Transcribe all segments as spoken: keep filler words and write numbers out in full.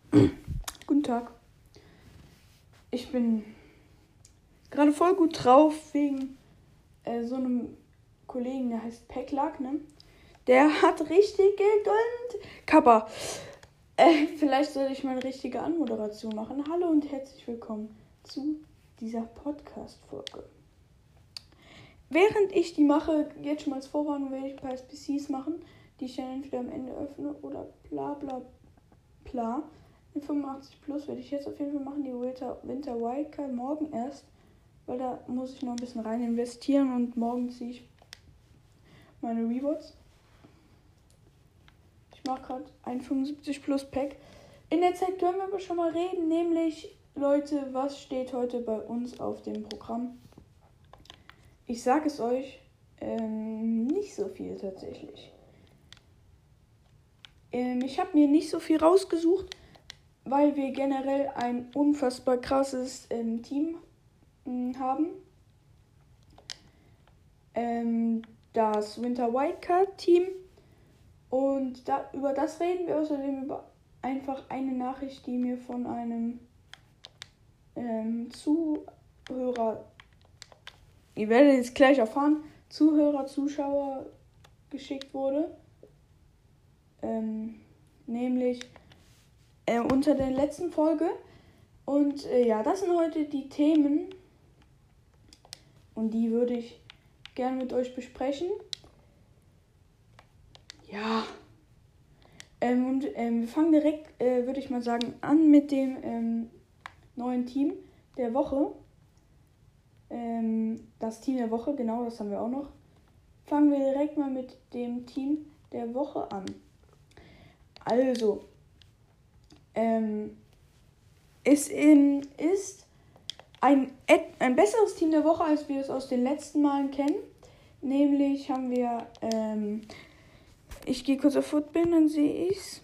Guten Tag. Ich bin gerade voll gut drauf wegen äh, so einem Kollegen, der heißt Pecklack, ne? Der hat richtig gegönnt. Kappa. Äh, vielleicht sollte ich mal eine richtige Anmoderation machen. Hallo und herzlich willkommen zu dieser Podcast-Folge. Während ich die mache, jetzt schon mal als Vorwarnung, werde ich ein paar S P Cs machen, die ich dann entweder am Ende öffne oder bla bla bla. In fünfundachtzig plus werde ich jetzt auf jeden Fall machen, die Winter, Winter Wildcard morgen erst, weil da muss ich noch ein bisschen rein investieren und morgen ziehe ich meine Rewards. Ich mache gerade ein fünfundsiebzig plus Pack. In der Zeit können wir aber schon mal reden, nämlich, Leute, was steht heute bei uns auf dem Programm? Ich sage es euch, ähm, nicht so viel tatsächlich. Ähm, ich habe mir nicht so viel rausgesucht, weil wir generell ein unfassbar krasses ähm, Team ähm, haben. Ähm, das Winter Wildcard Team. Und da, über das reden wir außerdem über einfach eine Nachricht, die mir von einem ähm, Zuhörer, ihr werdet jetzt gleich erfahren, Zuhörer, Zuschauer geschickt wurde. Ähm, nämlich äh, unter der letzten Folge. Und äh, ja, das sind heute die Themen. Und die würde ich gerne mit euch besprechen. Ja. Ähm, und ähm, wir fangen direkt, äh, würde ich mal sagen, an mit dem ähm, neuen Team der Woche. Ähm, das Team der Woche, genau, das haben wir auch noch. Fangen wir direkt mal mit dem Team der Woche an. Also, ähm, es ähm, ist ein, ein besseres Team der Woche, als wir es aus den letzten Malen kennen. Nämlich haben wir, ähm, ich gehe kurz auf Footbin, dann sehe ich es.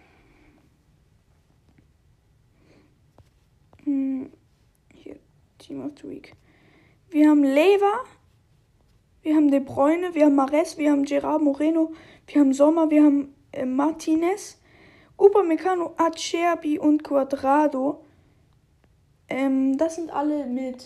Hm, hier, Team of the Week. Wir haben Lever, wir haben De Bruyne, wir haben Mahrez, wir haben Gerard Moreno, wir haben Sommer, wir haben äh, Martinez, Upamecano, Acerbi und Cuadrado. Ähm, das sind alle mit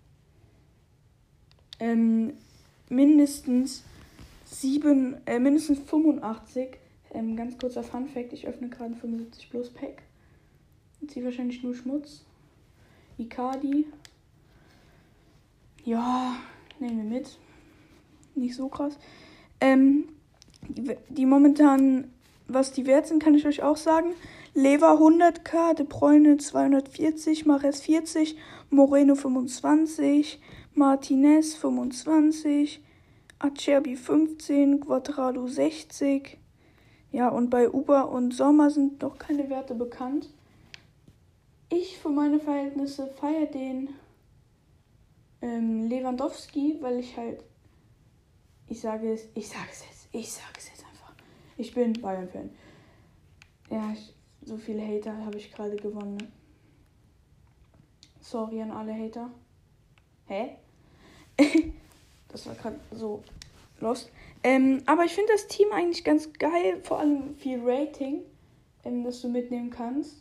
ähm, mindestens sieben, äh, mindestens fünfundachtzig. Ähm, ganz kurzer Funfact, ich öffne gerade ein fünfundsiebzig plus Pack. Und ziehe wahrscheinlich nur Schmutz. Icardi. Ja, nehmen wir mit. Nicht so krass. Ähm, die, die momentan, was die Wert sind, kann ich euch auch sagen. Lever hunderttausend, De Bruyne zweihundertvierzig, Mahrez vierzig, Moreno fünfundzwanzig, Martinez fünfundzwanzig, Acerbi fünfzehn, Cuadrado sechzig. Ja, und bei Uber und Sommer sind noch keine Werte bekannt. Ich für meine Verhältnisse feiere den ähm, Lewandowski, weil ich halt, ich sage es, ich sage es jetzt, ich sage es jetzt einfach. Ich bin Bayern-Fan. Ja, ich, so viele Hater habe ich gerade gewonnen. Ne? Sorry an alle Hater. Hä? Das war gerade so lost. Ähm, aber ich finde das Team eigentlich ganz geil. Vor allem viel Rating, ähm, das du mitnehmen kannst.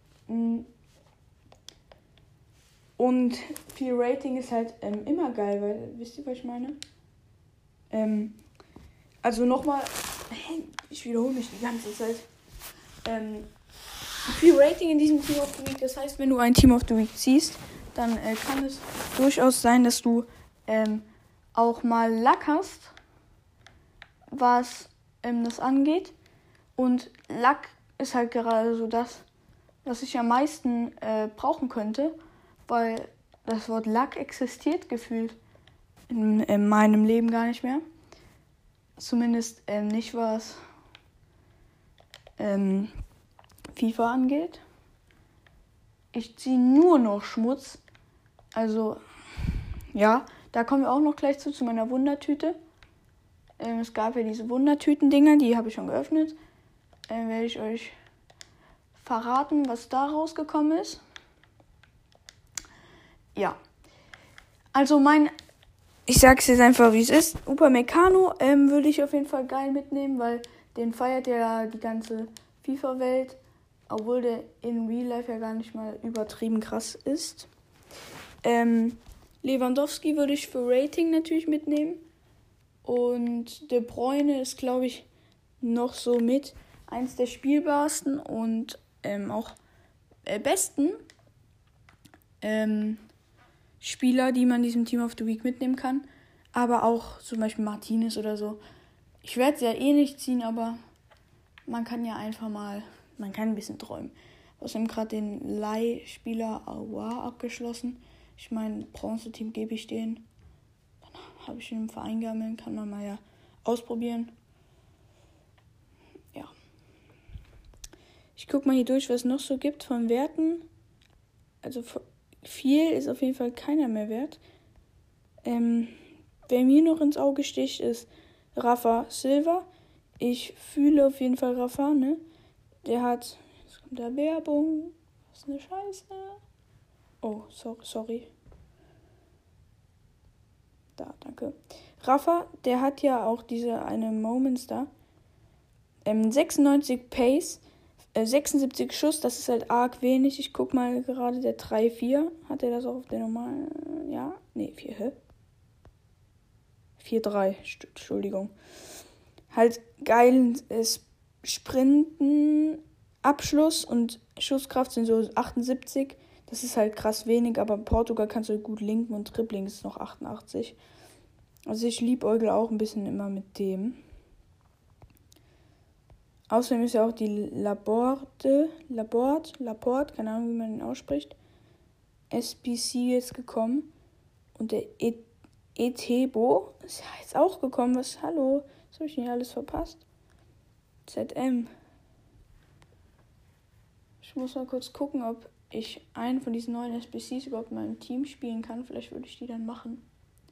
Und viel Rating ist halt ähm, immer geil, weil, wisst ihr, was ich meine? Ähm, also nochmal, ich wiederhole mich die ganze Zeit. Ähm, viel Rating in diesem Team of the Week. Das heißt, wenn du ein Team of the Week ziehst, dann äh, kann es durchaus sein, dass du ähm, auch mal Luck hast, was ähm, das angeht. Und Luck ist halt gerade so das, was ich am meisten äh, brauchen könnte, weil das Wort Luck existiert gefühlt in, in meinem Leben gar nicht mehr. Zumindest ähm, nicht, was ähm, FIFA angeht. Ich ziehe nur noch Schmutz. Also, ja, da kommen wir auch noch gleich zu, zu meiner Wundertüte. Ähm, es gab ja diese Wundertüten-Dinger, die habe ich schon geöffnet. Ähm, werde ich euch verraten, was da rausgekommen ist. Ja. Also mein, ich sag's jetzt einfach, wie es ist. Upamecano ähm, würde ich auf jeden Fall geil mitnehmen, weil den feiert ja die ganze FIFA-Welt. obwohl der in Real Life ja gar nicht mal übertrieben krass ist. Ähm, Lewandowski würde ich für Rating natürlich mitnehmen. Und De Bruyne ist, glaube ich, noch so mit eins der spielbarsten und ähm, auch äh, besten ähm, Spieler, die man in diesem Team of the Week mitnehmen kann. Aber auch zum Beispiel Martinez oder so. Ich werde es ja eh nicht ziehen, aber man kann ja einfach mal, man kann ein bisschen träumen. Außerdem gerade den Leihspieler Aouar abgeschlossen. Ich meine, Bronze-Team gebe ich den. Dann habe ich ihn im Verein gesammelt, kann man mal ja ausprobieren. Ja. Ich gucke mal hier durch, was es noch so gibt von Werten. Also viel ist auf jeden Fall keiner mehr wert. Ähm, wer mir noch ins Auge sticht, ist Rafa Silva. Ich fühle auf jeden Fall Rafa, ne? Der hat, jetzt kommt da Werbung. Was eine Scheiße. Oh, sorry, sorry. Da, danke. Rafa, der hat ja auch diese eine Moments da. Ähm, sechsundneunzig Pace, äh, sechsundsiebzig Schuss, das ist halt arg wenig. Ich guck mal gerade, der drei vier. Hat er das auch auf der normalen? Ja? Nee, vier, hä? vier drei, Entschuldigung. Halt geil ist Sprinten, Abschluss und Schusskraft sind so achtundsiebzig. Das ist halt krass wenig, aber in Portugal kannst du gut linken und Dribbling ist noch achtundachtzig. Also ich liebäugle auch ein bisschen immer mit dem. Außerdem ist ja auch die Laporte, Laporte, Laporte, keine Ahnung, wie man den ausspricht, S B C jetzt gekommen. Und der e- Etebo ist ja jetzt auch gekommen. Was, hallo? Was habe ich denn hier alles verpasst? Z M. Ich muss mal kurz gucken, ob ich einen von diesen neuen S B Cs überhaupt in meinem Team spielen kann. Vielleicht würde ich die dann machen.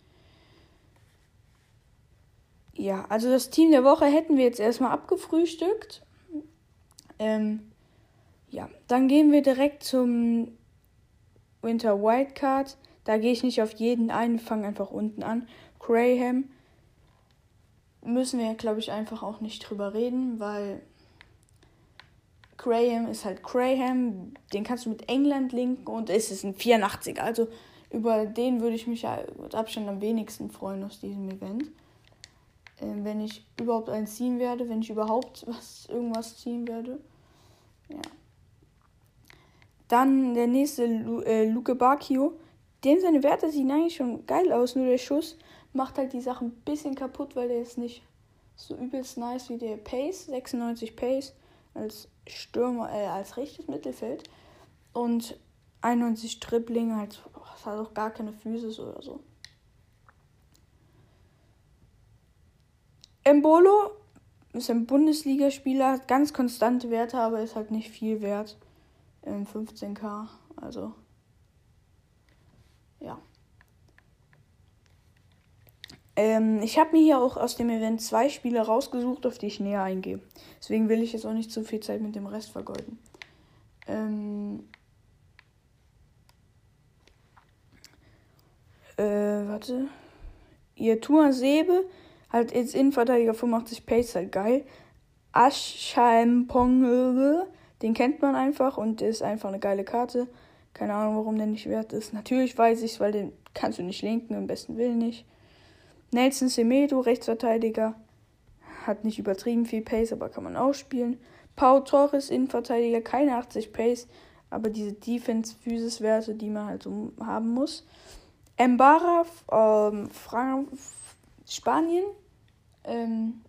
Ja, also das Team der Woche hätten wir jetzt erstmal abgefrühstückt. Ähm, ja, dann gehen wir direkt zum Winter Wildcard. Da gehe ich nicht auf jeden ein, wir fangen einfach unten an. Graham müssen wir, glaube ich, einfach auch nicht drüber reden, weil Graham ist halt Graham, den kannst du mit England linken und es ist ein vierundachtziger. Also über den würde ich mich ja mit Abstand am wenigsten freuen aus diesem Event. Ähm, wenn ich überhaupt einen ziehen werde, wenn ich überhaupt was irgendwas ziehen werde. Ja. Dann der nächste, Lu- äh, Luke Bacchio. Dem seine Werte sehen eigentlich schon geil aus, nur der Schuss macht halt die Sache ein bisschen kaputt, weil der ist nicht so übelst nice wie der Pace, sechsundneunzig Pace als Stürmer, äh, als rechtes Mittelfeld und einundneunzig Dribbling, halt, das hat auch gar keine Physis oder so. Embolo ist ein Bundesligaspieler, hat ganz konstante Werte, aber ist halt nicht viel wert. Ähm, fünfzehn K, also ja. Ähm, ich habe mir hier auch aus dem Event zwei Spiele rausgesucht, auf die ich näher eingehe. Deswegen will ich jetzt auch nicht zu viel Zeit mit dem Rest vergeuden. Ähm, äh, warte. Ihr Tour Sebe, halt jetzt Innenverteidiger fünfundachtzig Pace, halt geil. Aschalmpong, den kennt man einfach und ist einfach eine geile Karte. Keine Ahnung, warum der nicht wert ist. Natürlich weiß ich es, weil den kannst du nicht linken, im besten Willen nicht. Nelson Semedo, Rechtsverteidiger, hat nicht übertrieben viel Pace, aber kann man auch spielen. Pau Torres, Innenverteidiger, keine achtzig Pace, aber diese Defense-Physis-Werte, die man halt so haben muss. Mbara, ähm, Frank- Spanien, ähm,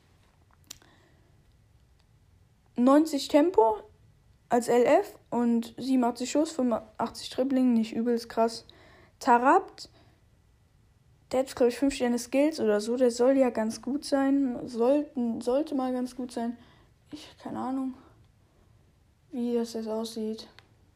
neunzig Tempo als L F und siebenundachtzig Schuss, fünfundachtzig Dribbling, nicht übelst krass. Tarabt, der hat, glaube ich, fünf Sterne Skills oder so, der soll ja ganz gut sein, sollten, sollte mal ganz gut sein. Ich, keine Ahnung, wie das jetzt aussieht.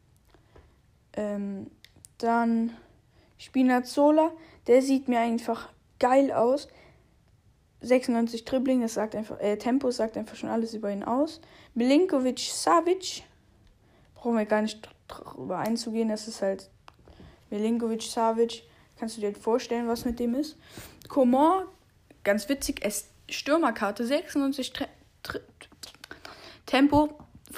Ähm, dann Spinazzola, der sieht mir einfach geil aus. sechsundneunzig Dribbling, das sagt einfach, äh, Tempo sagt einfach schon alles über ihn aus. Milinkovic Savic, brauchen wir gar nicht drüber einzugehen, das ist halt Milinkovic Savic, kannst du dir vorstellen, was mit dem ist. Coman, ganz witzig, es Stürmerkarte, sechsundneunzig Tre- Tre- Tempo,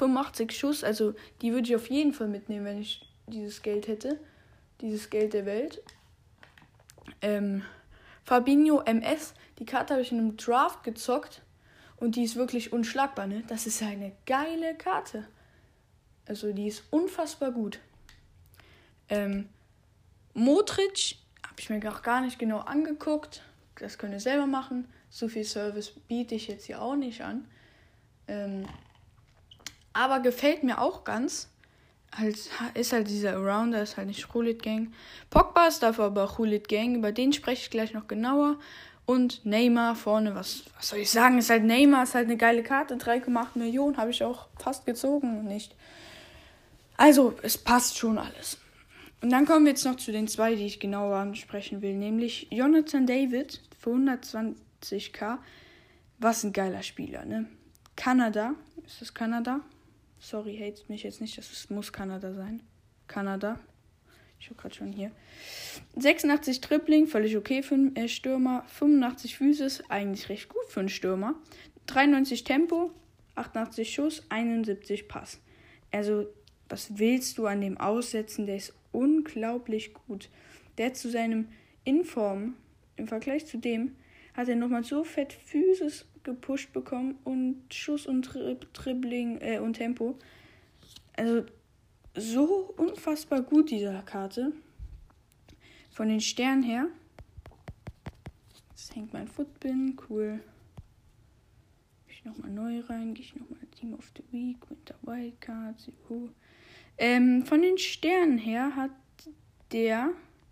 fünfundachtzig Schuss, also die würde ich auf jeden Fall mitnehmen, wenn ich dieses Geld hätte. Dieses Geld der Welt. Ähm, Fabinho M S, die Karte habe ich in einem Draft gezockt und die ist wirklich unschlagbar, ne? Das ist ja eine geile Karte. Also die ist unfassbar gut. Ähm, Modric habe ich mir auch gar nicht genau angeguckt. Das könnt ihr selber machen. So viel Service biete ich jetzt hier auch nicht an. Ähm, aber gefällt mir auch ganz. Halt, ist halt dieser Arounder, ist halt nicht Roulette Gang. Pogba ist dafür aber Roulette Gang. Über den spreche ich gleich noch genauer. Und Neymar vorne, was, was soll ich sagen? Ist halt Neymar, ist halt eine geile Karte. drei Komma acht Millionen habe ich auch fast gezogen. Nicht. Also, es passt schon alles. Und dann kommen wir jetzt noch zu den zwei, die ich genauer ansprechen will. Nämlich Jonathan David für hundertzwanzigtausend. Was ein geiler Spieler, ne? Kanada. Ist das Kanada? Sorry, hatet mich jetzt nicht. Das muss Kanada sein. Kanada. Ich war gerade schon hier. sechsundachtzig Dribbling, völlig okay für einen Stürmer. fünfundachtzig Physis, eigentlich recht gut für einen Stürmer. dreiundneunzig Tempo, achtundachtzig Schuss, einundsiebzig Pass. Also, was willst du an dem aussetzen? Der ist unglaublich gut. Der hat zu seinem Inform, im Vergleich zu dem, hat er nochmal so fett Physis gepusht bekommen und Schuss und Tri- Dribbling äh, und Tempo. Also, so unfassbar gut, diese Karte. Von den Sternen her. Jetzt hängt mein Footbin, cool. Gehe ich nochmal neu rein, gehe ich nochmal Team of the Week, Winter Wildcards, juhu. Ähm, von den Sternen her hat der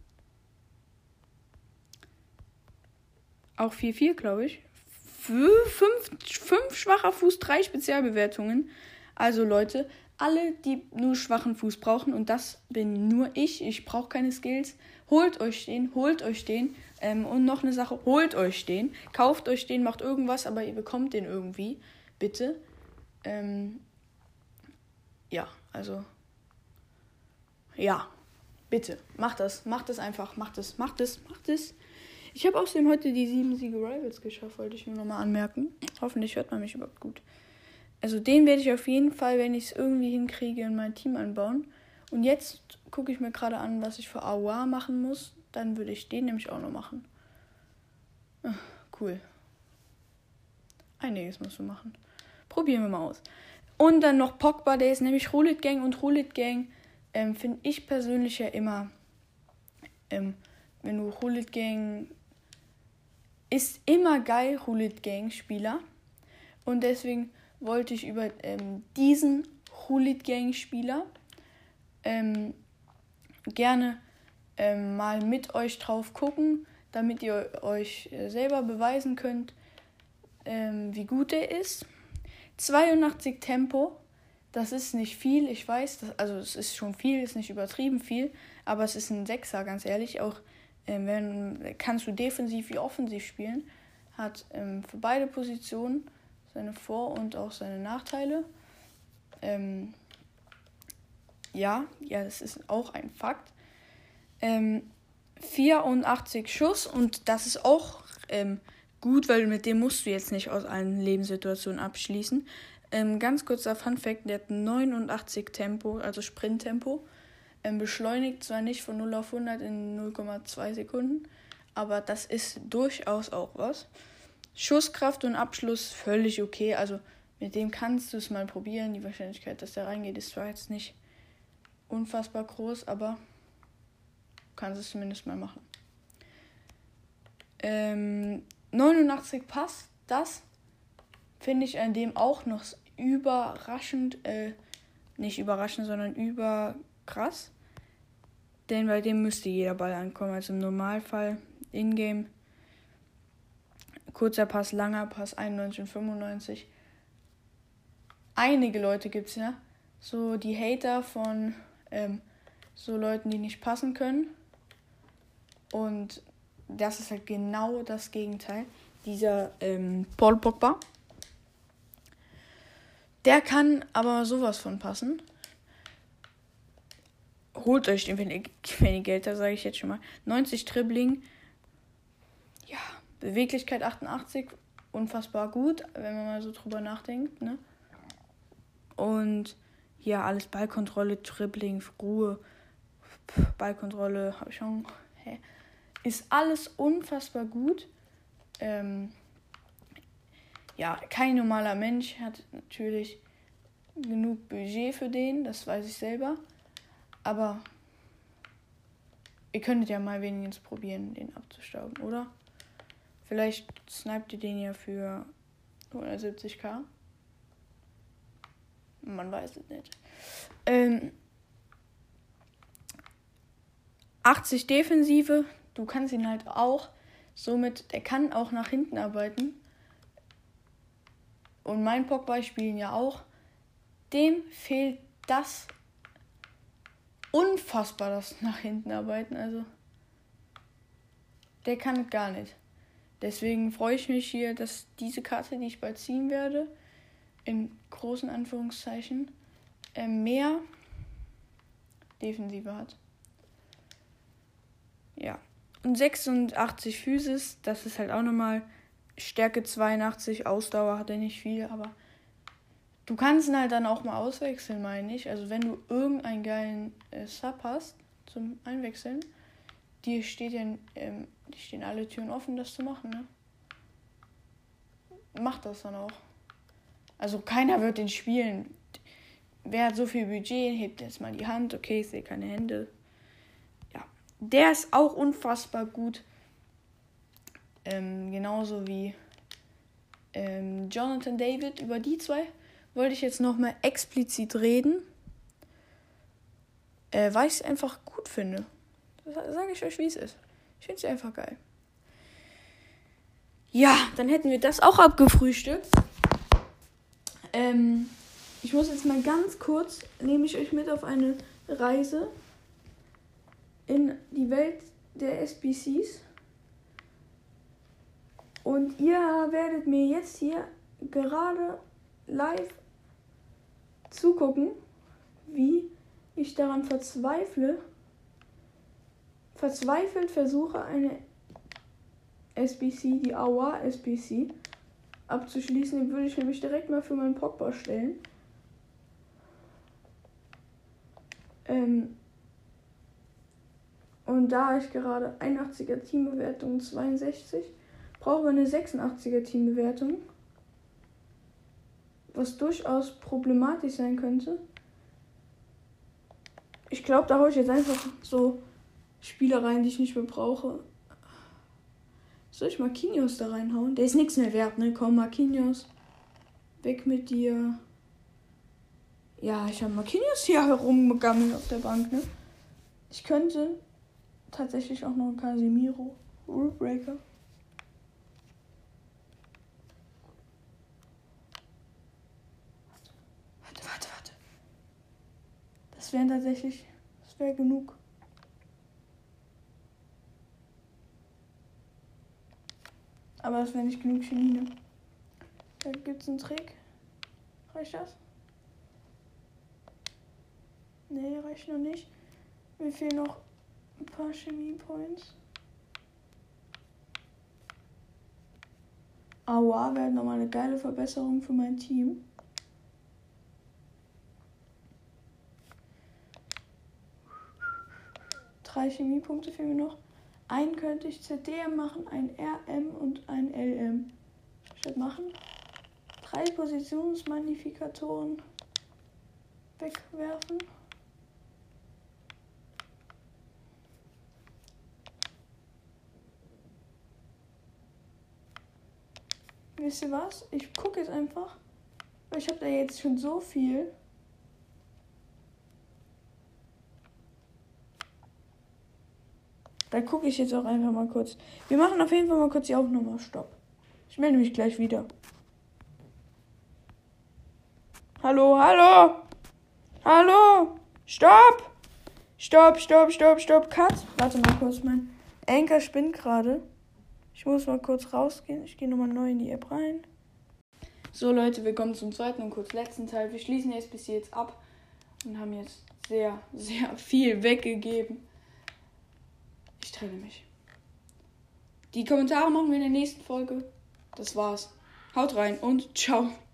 auch vier vier, glaube ich. fünf schwacher Fuß, drei Spezialbewertungen. Also Leute, alle, die nur schwachen Fuß brauchen, und das bin nur ich, ich brauche keine Skills, holt euch den, holt euch den. Ähm, und noch eine Sache, holt euch den, kauft euch den, macht irgendwas, aber ihr bekommt den irgendwie, bitte. Ähm, ja, also, ja, bitte, macht das, macht das einfach, macht es, macht es, macht es. Ich habe außerdem heute die sieben Siege Rivals geschafft, wollte ich nur nochmal anmerken. Hoffentlich hört man mich überhaupt gut. Also den werde ich auf jeden Fall, wenn ich es irgendwie hinkriege, in mein Team einbauen. Und jetzt gucke ich mir gerade an, was ich für A O A machen muss. Dann würde ich den nämlich auch noch machen. Ach, cool. Einiges musst du machen. Probieren wir mal aus. Und dann noch Pogba, der ist nämlich Roulette Gang. Und Roulette Gang ähm, finde ich persönlich ja immer, ähm, wenn du Roulette Gang, ist immer geil, Roulette Gang Spieler. Und deswegen wollte ich über ähm, diesen Roulette Gang Spieler ähm, gerne ähm, mal mit euch drauf gucken, damit ihr euch äh, selber beweisen könnt, ähm, wie gut er ist. zweiundachtzig Tempo, das ist nicht viel, ich weiß, das, also es ist schon viel, ist nicht übertrieben viel, aber es ist ein Sechser, ganz ehrlich, auch ähm, wenn, kannst du defensiv wie offensiv spielen, hat ähm, für beide Positionen seine Vor- und auch seine Nachteile. Ähm, ja, ja, das ist auch ein Fakt. Ähm, vierundachtzig Schuss, und das ist auch ähm, gut, weil mit dem musst du jetzt nicht aus allen Lebenssituationen abschließen. Ähm, ganz kurzer Funfact, der hat neunundachtzig Tempo, also Sprinttempo. Ähm, beschleunigt zwar nicht von null auf hundert in null Komma zwei Sekunden, aber das ist durchaus auch was. Schusskraft und Abschluss völlig okay, also mit dem kannst du es mal probieren. Die Wahrscheinlichkeit, dass der reingeht, ist zwar jetzt nicht unfassbar groß, aber du kannst es zumindest mal machen. Ähm, neunundachtzig Pass, das finde ich an dem auch noch überraschend, äh, nicht überraschend, sondern überkrass. Denn bei dem müsste jeder Ball ankommen, also im Normalfall, in-game. Kurzer Pass, langer Pass, einundneunzig und fünfundneunzig. Einige Leute gibt es ja, so die Hater von ähm, so Leuten, die nicht passen können. Und das ist halt genau das Gegenteil. Dieser ähm, Paul Pogba, der kann aber sowas von passen. Holt euch den, wenn ihr, wenn ihr Geld habt, sage ich jetzt schon mal. neunzig Dribbling. Ja, Beweglichkeit achtundachtzig. Unfassbar gut, wenn man mal so drüber nachdenkt, ne? Und ja, alles Ballkontrolle, Dribbling, Ruhe, Ballkontrolle, habe ich schon. Hä? Ist alles unfassbar gut. Ähm, ja, kein normaler Mensch hat natürlich genug Budget für den, das weiß ich selber. Aber ihr könntet ja mal wenigstens probieren, den abzustauben, oder? Vielleicht sniped ihr den ja für hundertsiebzigtausend. Man weiß es nicht. Ähm, achtzig Defensive. Du kannst ihn halt auch. Somit, der kann auch nach hinten arbeiten. Und mein Pogba spielen ja auch. Dem fehlt das unfassbar, das nach hinten arbeiten. Also, der kann es gar nicht. Deswegen freue ich mich hier, dass diese Karte, die ich bald ziehen werde, in großen Anführungszeichen, äh, mehr Defensive hat. Ja. Und sechsundachtzig Physis, das ist halt auch nochmal Stärke zweiundachtzig, Ausdauer hat er nicht viel, aber du kannst ihn halt dann auch mal auswechseln, meine ich. Also wenn du irgendeinen geilen äh, Sub hast zum Einwechseln, dir steht ja, ähm, die stehen alle Türen offen, das zu machen, ne? Mach das dann auch. Also keiner wird den spielen. Wer hat so viel Budget, hebt jetzt mal die Hand. Okay, ich sehe keine Hände. Ja, der ist auch unfassbar gut. Ähm, genauso wie ähm, Jonathan David. Über die zwei wollte ich jetzt nochmal explizit reden. Äh, weil ich es einfach gut finde. Das sage ich euch, wie es ist. Ich finde es einfach geil. Ja, dann hätten wir das auch abgefrühstückt. Ähm, ich muss jetzt mal ganz kurz, nehme ich euch mit auf eine Reise in die Welt der S B Cs. Und ihr werdet mir jetzt hier gerade live zugucken, wie ich daran verzweifle, verzweifelt versuche, eine S B C, die Aua S B C, abzuschließen. Den würde ich nämlich direkt mal für meinen Pogba stellen. Ähm und da ich gerade einundachtziger Teambewertung zweiundsechzig, brauchen wir eine sechsundachtziger Teambewertung. Was durchaus problematisch sein könnte. Ich glaube, da hole ich jetzt einfach so Spieler rein, die ich nicht mehr brauche. Soll ich Marquinhos da reinhauen? Der ist nichts mehr wert, ne? Komm, Marquinhos. Weg mit dir. Ja, ich habe Marquinhos hier herumgegammelt auf der Bank, ne? Ich könnte tatsächlich auch noch einen Casemiro. Rule Breaker. Warte, warte, warte. Das wären tatsächlich... Das wäre genug. Aber das wäre nicht genug Chemie, ne? Da gibt's einen Trick. Reicht das? Nee, reicht noch nicht. Mir fehlen noch ein paar Chemie-Points. Aua, wäre nochmal eine geile Verbesserung für mein Team. Drei Chemiepunkte fehlen mir noch. Einen könnte ich Z D M machen, ein R M und ein L M. Was soll ich das machen? Drei Positionsmagnifikatoren wegwerfen. Wisst ihr was? Ich gucke jetzt einfach, weil ich habe da jetzt schon so viel. Da gucke ich jetzt auch einfach mal kurz. Wir machen auf jeden Fall mal kurz die Aufnahme. Stopp. Ich melde mich gleich wieder. Hallo, hallo. Hallo. Stopp. Stopp, stopp, stopp, stopp. Cut. Warte mal kurz, mein Anker spinnt gerade. Ich muss mal kurz rausgehen. Ich gehe nochmal neu in die App rein. So Leute, wir kommen zum zweiten und kurz letzten Teil. Wir schließen jetzt bis jetzt ab und haben jetzt sehr, sehr viel weggegeben. Ich trenne mich. Die Kommentare machen wir in der nächsten Folge. Das war's. Haut rein und ciao.